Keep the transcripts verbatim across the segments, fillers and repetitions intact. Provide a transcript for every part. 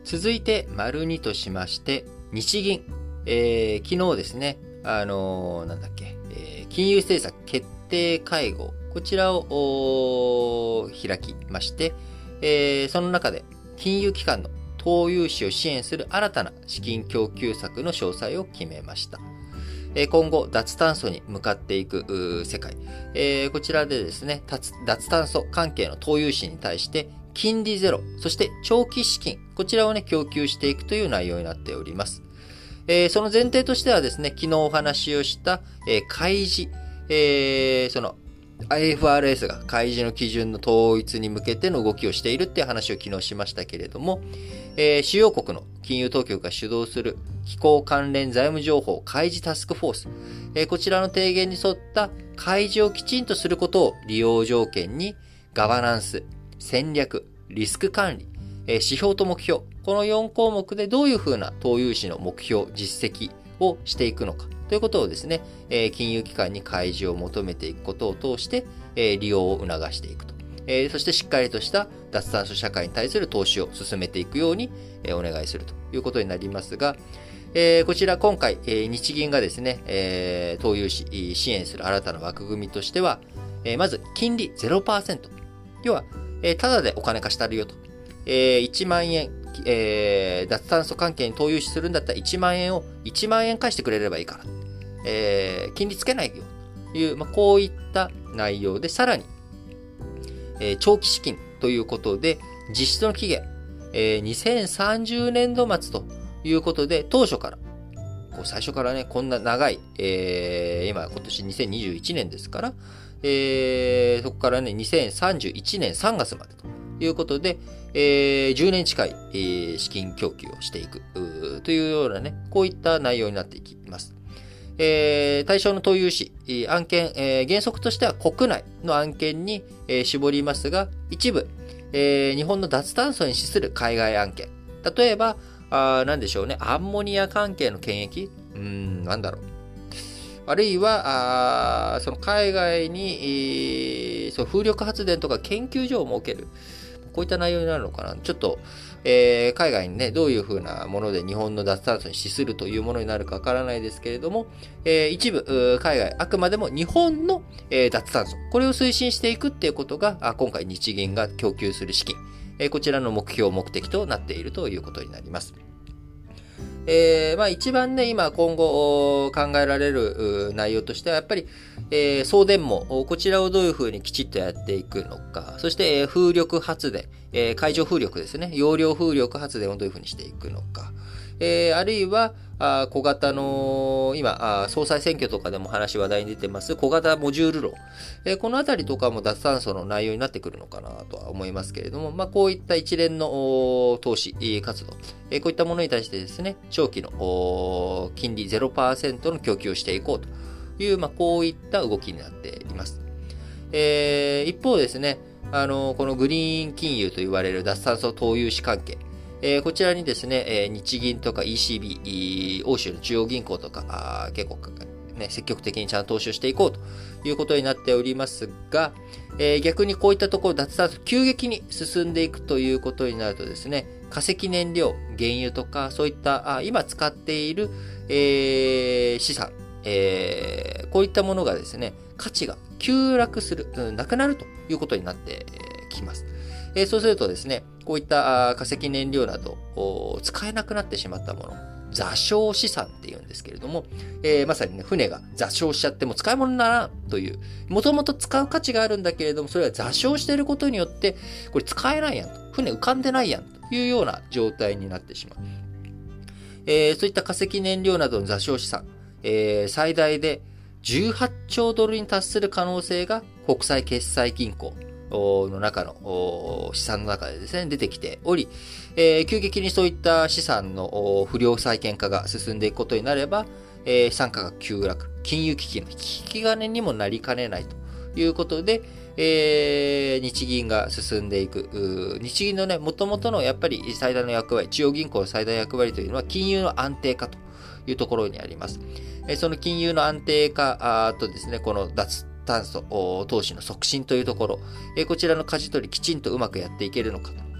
続いて、丸にとしまして、日銀。えー、昨日ですね、あのー、なんだっけ、えー、金融政策決定会合。こちらを開きまして、えー、その中で、金融機関の投融資を支援する新たな資金供給策の詳細を決めました。今後、脱炭素に向かっていく世界。えー、こちらでですね、脱炭素関係の投融資に対して、金利ゼロ、そして長期資金、こちらをね、供給していくという内容になっております。えー、その前提としてはですね、昨日お話をした、えー、開示、えー、その、アイエフアールエス が開示の基準の統一に向けての動きをしているっていう話を昨日しましたけれども、えー、主要国の金融当局が主導する機構関連財務情報開示タスクフォース、えー、こちらの提言に沿った開示をきちんとすることを利用条件にガバナンス、戦略、リスク管理、えー、指標と目標、このよん項目でどういうふうな投融資の目標、実績をしていくのかということをですね、えー、金融機関に開示を求めていくことを通して、えー、利用を促していくと。えー、そしてしっかりとした脱炭素社会に対する投資を進めていくように、えー、お願いするということになりますが、えー、こちら今回、えー、日銀がですね、えー、投融資支援する新たな枠組みとしては、えー、まず金利 ゼロパーセント。要は、えー、ただでお金貸したるよと。えー、いちまんえん、えー、脱炭素関係に投融資するんだったらいちまんえんをいちまんえん返してくれればいいから。えー、金利つけないよという、まあ、こういった内容で、さらに、えー、長期資金ということで、実質の期限、えー、にせんさんじゅうねんど末ということで、当初から、こう最初からね、こんな長い、えー、今、今年にせんにじゅういちねんですから、えー、そこからね、にせんさんじゅういちねんさんがつまでということで、えー、じゅうねん近い、えー、資金供給をしていくというようなね、こういった内容になっていきます。えー、対象の投融資、案件、えー、原則としては国内の案件に、えー、絞りますが、一部、えー、日本の脱炭素に資する海外案件。例えば、あなんでしょうね、アンモニア関係の検疫うーん、なんだろう。あるいは、あその海外に、えー、そう風力発電とか研究所を設ける。こういった内容になるのかな。ちょっと、えー、海外にね、どういう風なもので日本の脱炭素に資するというものになるかわからないですけれども、えー、一部、海外、あくまでも日本の、えー、脱炭素、これを推進していくっていうことが、あ今回日銀が供給する資金、えー、こちらの目標、目的となっているということになります。えー、まあ一番ね、今今後考えられる内容としては、やっぱり、えー、送電網、こちらをどういうふうにきちっとやっていくのか、そして、えー、風力発電、えー、海上風力ですね、容量風力発電をどういうふうにしていくのか、えー、あるいは、あ小型の、今あ、総裁選挙とかでも話話題に出てます、小型モジュール炉。えー、このあたりとかも脱炭素の内容になってくるのかなとは思いますけれども、まあ、こういった一連の投資活動、えー、こういったものに対してですね、長期の金利 ゼロパーセント の供給をしていこうという、まあ、こういった動きになっています。えー、一方ですね、あの、このグリーン金融と言われる脱炭素投融資関係、えー、こちらにですね、えー、日銀とか イーシービー、欧州の中央銀行とか、あ結構、ね、積極的にちゃんと投資をしていこうということになっておりますが、えー、逆にこういったところ、脱炭素急激に進んでいくということになるとですね、化石燃料、原油とか、そういったあ今使っている、えー、資産、えー、こういったものがですね、価値が急落する、うん、なくなるということになってきます。えー、そうするとですね、こういった化石燃料など使えなくなってしまったもの、座礁資産って言うんですけれども、えー、まさにね、船が座礁しちゃっても使い物にならんという、もともと使う価値があるんだけれども、それは座礁していることによって、これ使えないやんと、船浮かんでないやんというような状態になってしまう。えー、そういった化石燃料などの座礁資産、えー、最大でじゅうはっちょうドルに達する可能性が国際決済銀行の中の資産の中でですね、出てきており、えー、急激にそういった資産の不良債権化が進んでいくことになれば、えー、資産価格急落、金融危機の引き金にもなりかねないということで、えー、日銀が進んでいく。日銀のね、元々のやっぱり最大の役割、中央銀行の最大役割というのは金融の安定化というところにあります。その金融の安定化とですね、この脱炭素投資の促進というところ、こちらの舵取りきちんとうまくやっていけるのかと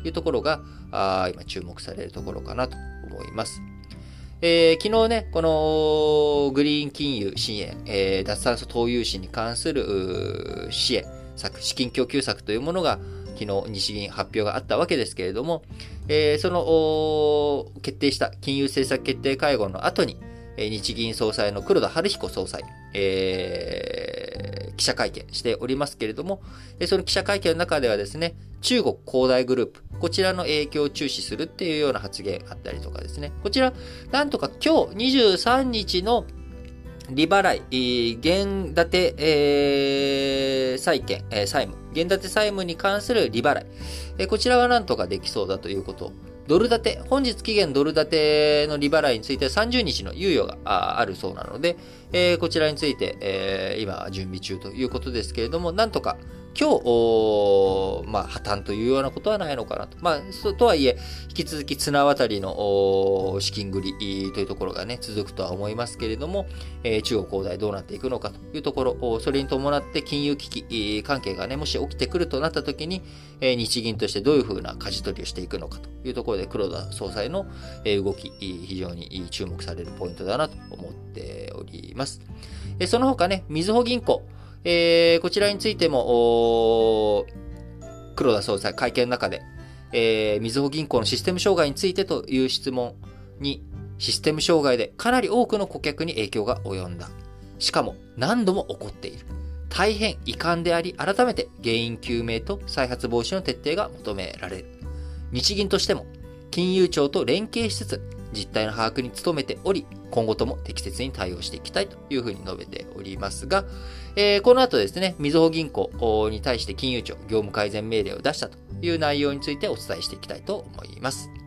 いうところが、あ今注目されるところかなと思います。えー、昨日ね、このグリーン金融支援、えー、脱炭素投融資に関する支援策、資金供給策というものが昨日日銀発表があったわけですけれども、えー、その決定した金融政策決定会合の後に、日銀総裁の黒田晴彦総裁、えー、記者会見しておりますけれども、その記者会見の中ではですね、中国恒大グループ、こちらの影響を注視するっていうような発言があったりとかですね、こちら、なんとか今日にじゅうさんにちの利払い、現建て、えー、債券、えー、債務、現建て債務に関する利払い、えー、こちらはなんとかできそうだということ。ドル建て、本日期限ドル建ての利払いについてはさんじゅうにちの猶予が あ, あるそうなので、えー、こちらについて、えー、今準備中ということですけれども、なんとか今日、まあ、破綻というようなことはないのかなと。まあ、そとはいえ、引き続き綱渡りの資金繰りというところがね、続くとは思いますけれども、えー、中国恒大どうなっていくのかというところ、それに伴って金融危機関係がね、もし起きてくるとなったときに、えー、日銀としてどういうふうな舵取りをしていくのかというところで、黒田総裁の動き、非常に注目されるポイントだなと思っております。その他ね、みずほ銀行、えー、こちらについても、黒田総裁会見の中で、えー、みずほ銀行のシステム障害についてという質問に、システム障害でかなり多くの顧客に影響が及んだ。しかも何度も起こっている。大変遺憾であり、改めて原因究明と再発防止の徹底が求められる。日銀としても、金融庁と連携しつつ、実態の把握に努めており、今後とも適切に対応していきたいというふうに述べておりますが、えー、この後ですね、みずほ銀行に対して金融庁業務改善命令を出したという内容についてお伝えしていきたいと思います。